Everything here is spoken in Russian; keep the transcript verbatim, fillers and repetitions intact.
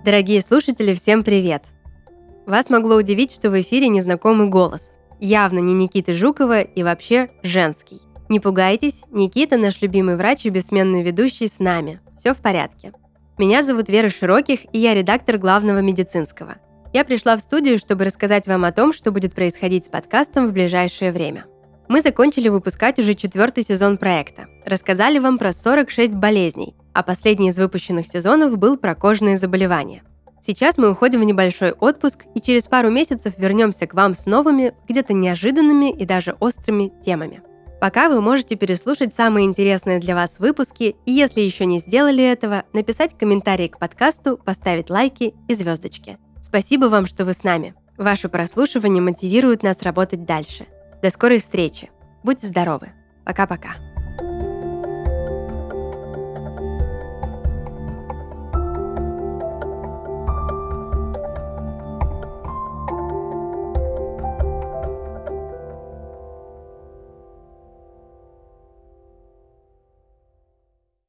Дорогие слушатели, всем привет! Вас могло удивить, что в эфире незнакомый голос. Явно не Никиты Жукова и вообще женский. Не пугайтесь, Никита, наш любимый врач и бессменный ведущий, с нами. Все в порядке. Меня зовут Вера Широких, и я редактор главного медицинского. Я пришла в студию, чтобы рассказать вам о том, что будет происходить с подкастом в ближайшее время. Мы закончили выпускать уже четвертый сезон проекта. Рассказали вам про сорок шесть болезней, а последний из выпущенных сезонов был про кожные заболевания. Сейчас мы уходим в небольшой отпуск и через пару месяцев вернемся к вам с новыми, где-то неожиданными и даже острыми темами. Пока вы можете переслушать самые интересные для вас выпуски, и если еще не сделали этого, написать комментарии к подкасту, поставить лайки и звездочки. Спасибо вам, что вы с нами. Ваше прослушивание мотивирует нас работать дальше. До скорой встречи. Будьте здоровы. Пока-пока.